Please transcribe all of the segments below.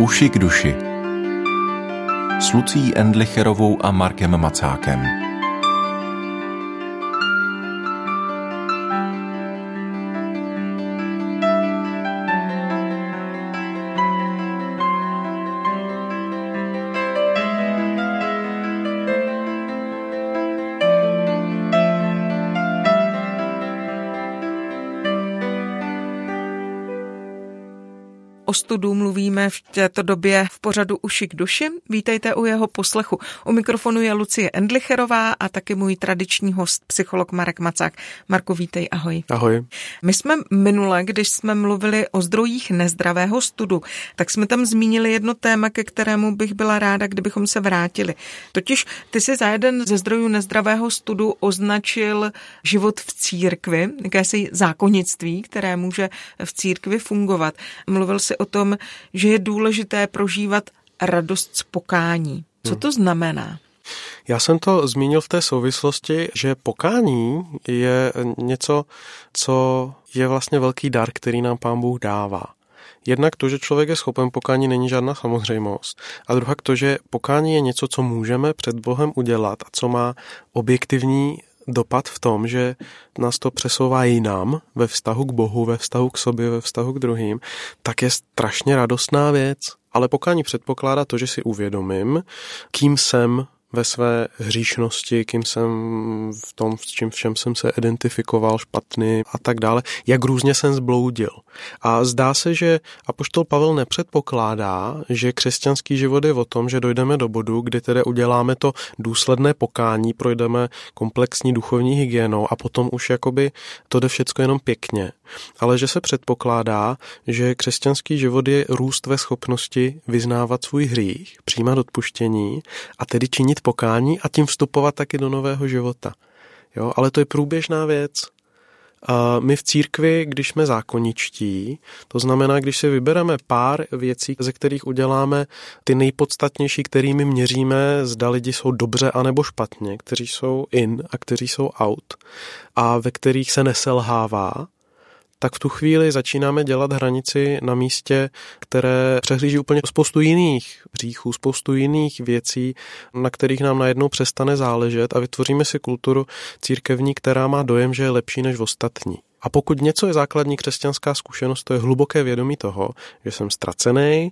Uši k duši s Lucií Endlicherovou a Markem Macákem. O studu mluvíme v této době v pořadu Uši k duši. Vítejte u jeho poslechu. U mikrofonu je Lucie Endlicherová a taky můj tradiční host, psycholog Marek Macák. Marku, vítej, ahoj. Ahoj. My jsme minule, když jsme mluvili o zdrojích nezdravého studu, tak jsme tam zmínili jedno téma, ke kterému bych byla ráda, kdybychom se vrátili. Totiž ty si za jeden ze zdrojů nezdravého studu označil život v církvi, jakési zákonnictví, které může v církvi fungovat. Mluvil si o tom, že je důležité prožívat radost z pokání. Co to znamená? Já jsem to zmínil v té souvislosti, že pokání je něco, co je vlastně velký dar, který nám Pán Bůh dává. Jednak to, že člověk je schopen pokání, není žádná samozřejmost. A druhá to, že pokání je něco, co můžeme před Bohem udělat a co má objektivní dopad v tom, že nás to přesouvá jinam ve vztahu k Bohu, ve vztahu k sobě, ve vztahu k druhým, tak je strašně radostná věc. Ale pokání předpokládá to, že si uvědomím, kým jsem ve své hříšnosti, kým jsem v tom, v čem jsem se identifikoval špatný a tak dále, jak různě jsem zbloudil. A zdá se, že apoštol Pavel nepředpokládá, že křesťanský život je o tom, že dojdeme do bodu, kdy tedy uděláme to důsledné pokání, projdeme komplexní duchovní hygienou a potom už jakoby to jde všecko jenom pěkně. Ale že se předpokládá, že křesťanský život je růst ve schopnosti vyznávat svůj hřích, přijímat odpuštění a tedy činit pokání a tím vstupovat taky do nového života. Jo, ale to je průběžná věc. A my v církvi, když jsme zákoničtí, to znamená, když si vybereme pár věcí, ze kterých uděláme ty nejpodstatnější, kterými měříme, zda lidi jsou dobře anebo špatně, kteří jsou in a kteří jsou out a ve kterých se neselhává, tak v tu chvíli začínáme dělat hranici na místě, které přehlíží úplně spoustu jiných hříchů, spoustu jiných věcí, na kterých nám najednou přestane záležet a vytvoříme si kulturu církevní, která má dojem, že je lepší než ostatní. A pokud něco je základní křesťanská zkušenost, to je hluboké vědomí toho, že jsem ztracený,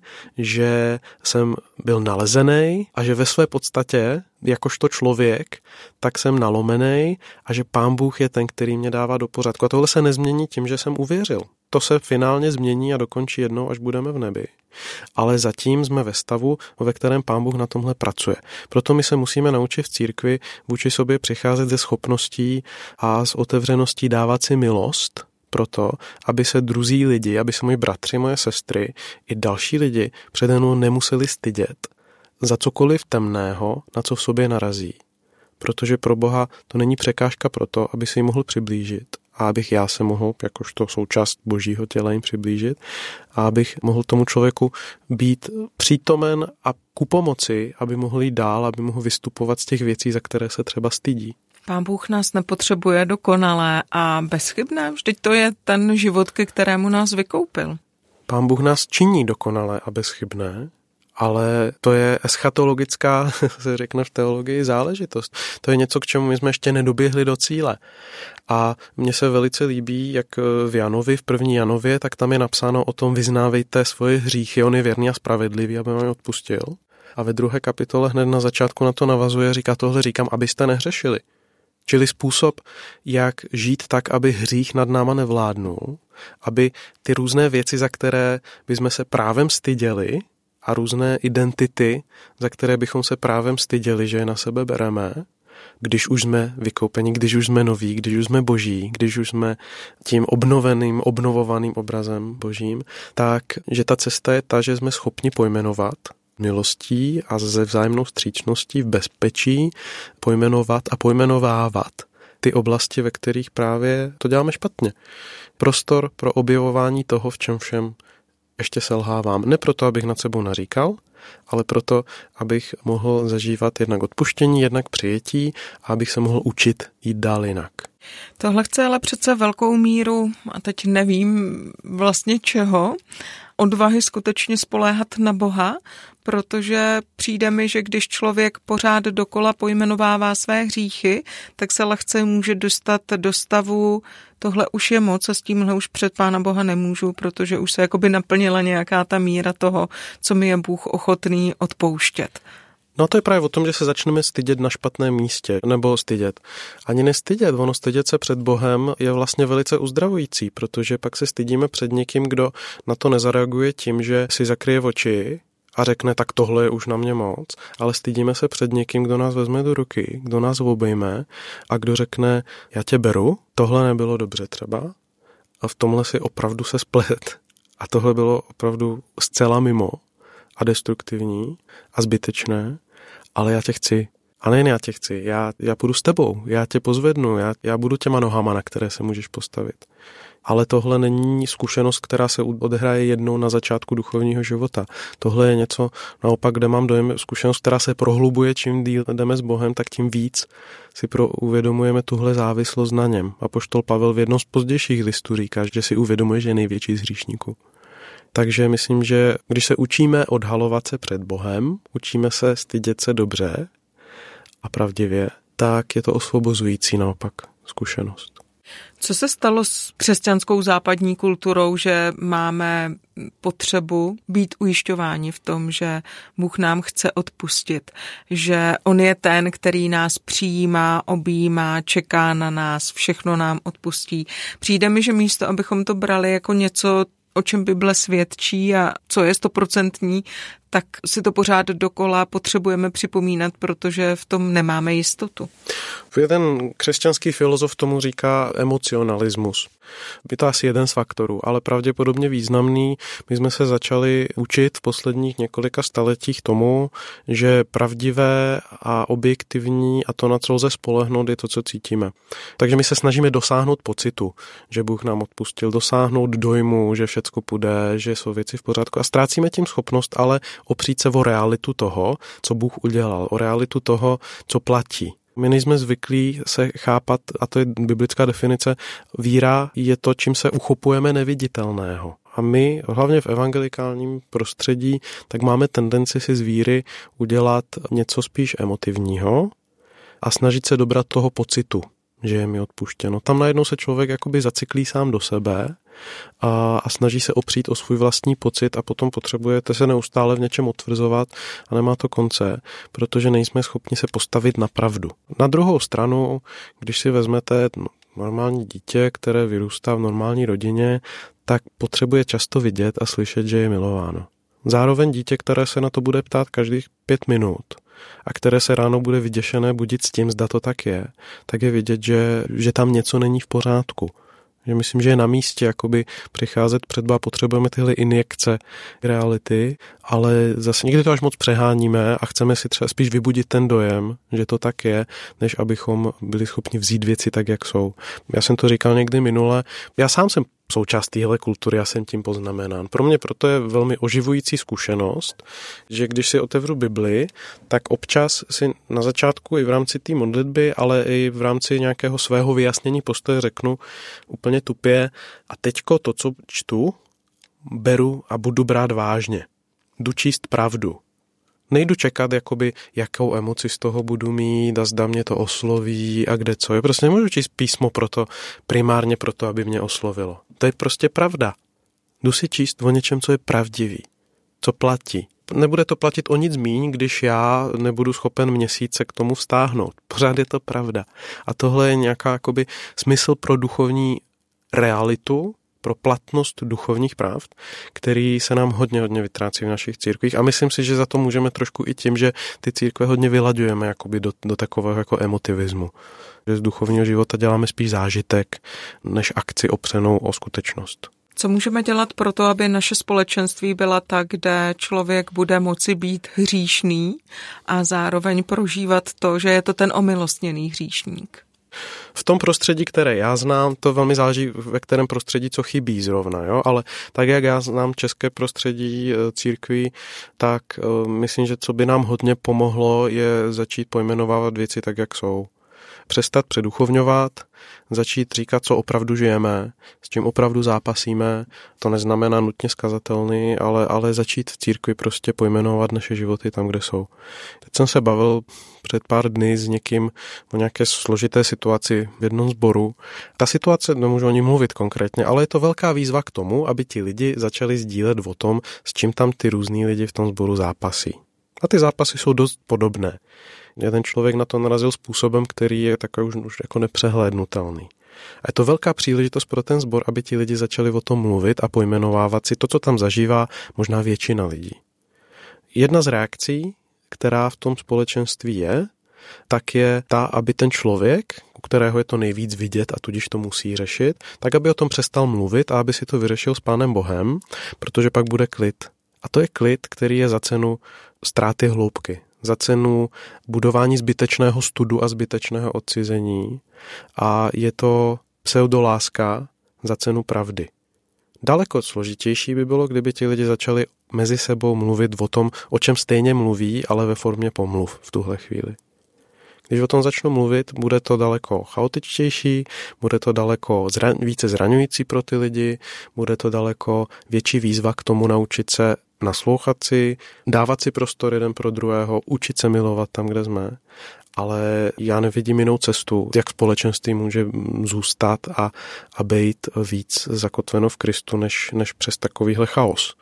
že jsem byl nalezený a že ve své podstatě, jakožto člověk, tak jsem nalomený a že Pán Bůh je ten, který mě dává do pořádku. A tohle se nezmění tím, že jsem uvěřil. To se finálně změní a dokončí jednou, až budeme v nebi. Ale zatím jsme ve stavu, ve kterém Pán Bůh na tomhle pracuje. Proto my se musíme naučit v církvi vůči sobě přicházet ze schopností a s otevřeností dávat si milost, proto, aby se druzí lidi, aby se moji bratři, moje sestry i další lidi přede mnou nemuseli stydět za cokoliv temného, na co v sobě narazí. Protože pro Boha to není překážka pro to, aby se jim mohl přiblížit a abych já se mohl, jakožto součást Božího těla, jim přiblížit a abych mohl tomu člověku být přítomen a ku pomoci, aby mohl jít dál, aby mohl vystupovat z těch věcí, za které se třeba stydí. Pán Bůh nás nepotřebuje dokonalé a bezchybné. Vždyť to je ten život, ke kterému nás vykoupil. Pán Bůh nás činí dokonalé a bezchybné, ale to je eschatologická, se řekne v teologii, záležitost. To je něco, k čemu my jsme ještě nedoběhli do cíle. A mně se velice líbí, jak v Janovi, v 1. Janově, tak tam je napsáno o tom, vyznávejte svoje hříchy, on je věrný a spravedlivý, aby vám je odpustil. A ve 2. kapitole hned na začátku na to navazuje, říká, tohle říkám, abyste nehřešili. Čili způsob, jak žít tak, aby hřích nad náma nevládnul, aby ty různé věci, za které bychom se právem styděli, a různé identity, za které bychom se právem styděli, že je na sebe bereme, když už jsme vykoupeni, když už jsme noví, když už jsme boží, když už jsme tím obnovovaným obrazem božím, tak, že ta cesta je ta, že jsme schopni pojmenovat milostí a ze vzájemnou vstřícností v bezpečí pojmenovat a pojmenovávat ty oblasti, ve kterých právě to děláme špatně. Prostor pro objevování toho, v čem všem ještě selhávám. Ne proto, abych nad sebou naříkal, ale proto, abych mohl zažívat jednak odpuštění, jednak přijetí a abych se mohl učit jít dál jinak. Tohle chce ale přece velkou míru, a teď nevím vlastně čeho, odvahy skutečně spoléhat na Boha, protože přijde mi, že když člověk pořád dokola pojmenovává své hříchy, tak se lehce může dostat do stavu, tohle už je moc a s tímhle už před Pána Boha nemůžu, protože už se jakoby naplnila nějaká ta míra toho, co mi je Bůh ochotný odpouštět. No to je právě o tom, že se začneme stydět na špatném místě, nebo stydět. Ani nestydět, ono stydět se před Bohem je vlastně velice uzdravující, protože pak se stydíme před někým, kdo na to nezareaguje tím, že si zakryje oči a řekne, tak tohle je už na mě moc, ale stydíme se před někým, kdo nás vezme do ruky, kdo nás obejme a kdo řekne, já tě beru, tohle nebylo dobře třeba a v tomhle si opravdu se splet a tohle bylo opravdu zcela mimo a destruktivní a zbytečné, ale já tě chci. A nejen já tě chci, já půjdu s tebou, já tě pozvednu, já budu těma nohama, na které se můžeš postavit. Ale tohle není zkušenost, která se odehraje jednou na začátku duchovního života. Tohle je něco, naopak, kde mám dojem, zkušenost, která se prohlubuje, čím díl jdeme s Bohem, tak tím víc si uvědomujeme tuhle závislost na něm. Apoštol Pavel v jednom z pozdějších listů říká, že si uvědomuje, že je největší z hříšníků. Takže myslím, že když se učíme odhalovat se před Bohem, učíme se stydět se dobře a pravdivě, tak je to osvobozující naopak zkušenost. Co se stalo s křesťanskou západní kulturou, že máme potřebu být ujišťováni v tom, že Bůh nám chce odpustit, že on je ten, který nás přijímá, objímá, čeká na nás, všechno nám odpustí. Přijde mi, že místo, abychom to brali jako něco, o čem Bible svědčí a co je 100%, tak si to pořád dokola potřebujeme připomínat, protože v tom nemáme jistotu. Jeden křesťanský filozof tomu říká emocionalismus. Je to asi jeden z faktorů, ale pravděpodobně významný. My jsme se začali učit v posledních několika staletích tomu, že pravdivé a objektivní a to, na co lze spolehnout, je to, co cítíme. Takže my se snažíme dosáhnout pocitu, že Bůh nám odpustil, dosáhnout dojmu, že všecko půjde, že jsou věci v pořádku a ztrácíme tím schopnost, ale opřít se o realitu toho, co Bůh udělal, o realitu toho, co platí. My nejsme zvyklí se chápat, a to je biblická definice, víra je to, čím se uchopujeme neviditelného. A my, hlavně v evangelikálním prostředí, tak máme tendenci si z víry udělat něco spíš emotivního a snažit se dobrat toho pocitu, že je mi odpuštěno. Tam najednou se člověk jakoby zacyklí sám do sebe a snaží se opřít o svůj vlastní pocit a potom potřebujete se neustále v něčem utvrzovat a nemá to konce, protože nejsme schopni se postavit na pravdu. Na druhou stranu, když si vezmete normální dítě, které vyrůstá v normální rodině, tak potřebuje často vidět a slyšet, že je milováno. Zároveň dítě, které se na to bude ptát každých 5 minut a které se ráno bude vyděšené budit s tím, zda to tak je vidět, že tam něco není v pořádku. Že myslím, že je na místě jakoby přicházet před Boha, potřebujeme tyhle injekce reality, ale zase někdy to až moc přeháníme a chceme si třeba spíš vybudit ten dojem, že to tak je, než abychom byli schopni vzít věci tak, jak jsou. Já jsem to říkal někdy minule, já sám jsem součást téhle kultury, já jsem tím poznamenán. Pro mě proto je velmi oživující zkušenost, že když si otevřu Bibli, tak občas si na začátku i v rámci té modlitby, ale i v rámci nějakého svého vyjasnění postoje řeknu úplně tupě a teďko to, co čtu, beru a budu brát vážně. Jdu číst pravdu. Nejdu čekat, jakoby, jakou emoci z toho budu mít a zda mě to osloví a kde co je. Prostě nemůžu číst písmo primárně proto, aby mě oslovilo. To je prostě pravda. Jdu si číst o něčem, co je pravdivý, co platí. Nebude to platit o nic míň, když já nebudu schopen měsíce k tomu vztáhnout. Pořád je to pravda. A tohle je nějaká jakoby smysl pro duchovní realitu, pro platnost duchovních pravd, který se nám hodně vytrácí v našich církvích. A myslím si, že za to můžeme trošku i tím, že ty církve hodně vylaďujeme jakoby do takového jako emotivismu. Že z duchovního života děláme spíš zážitek, než akci opřenou o skutečnost. Co můžeme dělat pro to, aby naše společenství byla tak, kde člověk bude moci být hříšný a zároveň prožívat to, že je to ten omilostněný hříšník? V tom prostředí, které já znám, to velmi záleží, ve kterém prostředí co chybí zrovna, jo? Ale tak, jak já znám české prostředí církví, tak myslím, že co by nám hodně pomohlo, je začít pojmenovávat věci tak, jak jsou. přestat předuchovňovat, začít říkat, co opravdu žijeme, s čím opravdu zápasíme. To neznamená nutně skazatelný, ale začít v církvi prostě pojmenovat naše životy tam, kde jsou. Teď jsem se bavil před pár dny s někým o nějaké složité situaci v jednom sboru. Ta situace, nemůžu o ní mluvit konkrétně, ale je to velká výzva k tomu, aby ti lidi začali sdílet o tom, s čím tam ty různý lidi v tom sboru zápasí. A ty zápasy jsou dost podobné. Jeden člověk na to narazil způsobem, který je takový už jako nepřehlédnutelný. A je to velká příležitost pro ten sbor, aby ti lidi začali o tom mluvit a pojmenovávat si to, co tam zažívá možná většina lidí. Jedna z reakcí, která v tom společenství je, tak je ta, aby ten člověk, u kterého je to nejvíc vidět a tudíž to musí řešit, tak aby o tom přestal mluvit a aby si to vyřešil s Pánem Bohem, protože pak bude klid. A to je klid, který je za cenu ztráty hloubky, za cenu budování zbytečného studu a zbytečného odcizení a je to pseudoláska za cenu pravdy. Daleko složitější by bylo, kdyby ti lidi začali mezi sebou mluvit o tom, o čem stejně mluví, ale ve formě pomluv v tuhle chvíli. Když o tom začnu mluvit, bude to daleko chaotičtější, bude to daleko více zraňující pro ty lidi, bude to daleko větší výzva k tomu naučit se naslouchat si, dávat si prostor jeden pro druhého, učit se milovat tam, kde jsme. Ale já nevidím jinou cestu, jak společenství může zůstat a být víc zakotveno v Kristu, než přes takovýhle chaos.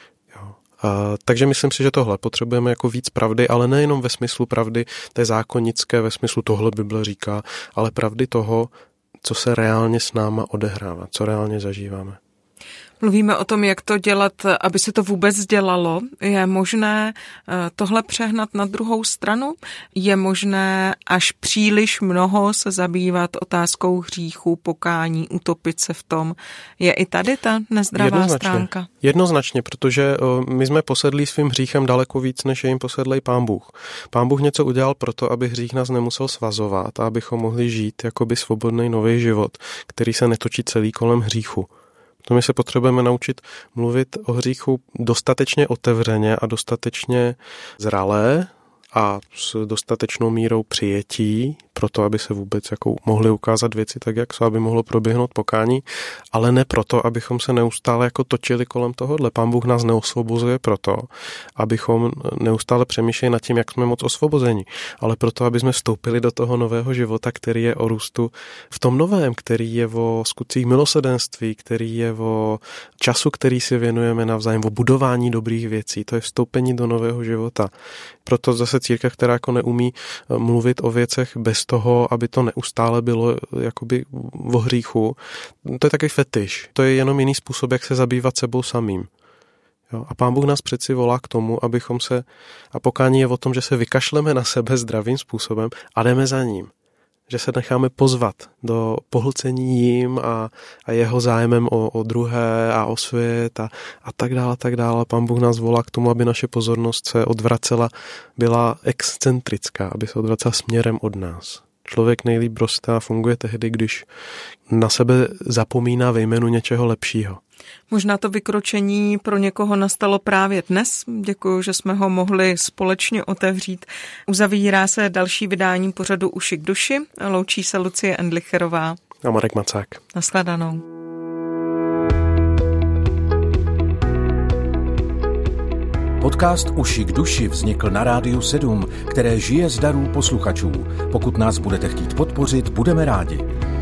Takže myslím si, že tohle potřebujeme jako víc pravdy, ale nejenom ve smyslu pravdy té zákonické, ve smyslu tohle Bible říká, ale pravdy toho, co se reálně s náma odehrává, co reálně zažíváme. Mluvíme o tom, jak to dělat, aby se to vůbec dělalo. Je možné tohle přehnat na druhou stranu? Je možné až příliš mnoho se zabývat otázkou hříchu, pokání, utopit se v tom? Je i tady ta nezdravá stránka? Jednoznačně, protože my jsme posedlí svým hříchem daleko víc, než je jim posedlej Pán Bůh. Pán Bůh něco udělal proto, aby hřích nás nemusel svazovat a abychom mohli žít jakoby svobodný nový život, který se netočí celý kolem hříchu. To my se potřebujeme naučit mluvit o hříchu dostatečně otevřeně a dostatečně zralé a s dostatečnou mírou přijetí pro to, aby se vůbec jako mohly ukázat věci tak, jak jsou, aby mohlo proběhnout pokání, ale ne proto, abychom se neustále jako točili kolem tohohle. Pán Bůh nás neosvobozuje proto, abychom neustále přemýšleli nad tím, jak jsme moc osvobození, ale proto, aby jsme vstoupili do toho nového života, který je o růstu v tom novém, který je o skutcích milosrdenství, který je o času, který si věnujeme navzájem, o budování dobrých věcí. To je vstoupení do nového života. Proto zase církev, která jako neumí mluvit o věcech bez toho, aby to neustále bylo jakoby o hříchu. To je takový fetiš. To je jenom jiný způsob, jak se zabývat sebou samým. Jo? A Pán Bůh nás přeci volá k tomu, abychom se, a pokání je o tom, že se vykašleme na sebe zdravým způsobem a jdeme za ním. Že se necháme pozvat do pohlcení jím a jeho zájmem o druhé a o svět a tak dále, tak dále. Pán Bůh nás volá k tomu, aby naše pozornost se odvracela, byla excentrická, aby se odvracela směrem od nás. Člověk nejlíp roste a funguje tehdy, když na sebe zapomíná ve jménu něčeho lepšího. Možná to vykročení pro někoho nastalo právě dnes. Děkuji, že jsme ho mohli společně otevřít. Uzavírá se další vydání pořadu Uši k duši. Loučí se Lucie Endlicherová a Marek Macák. Nashledanou. Podcast Uši k duši vznikl na Rádiu 7, které žije z darů posluchačů. Pokud nás budete chtít podpořit, budeme rádi.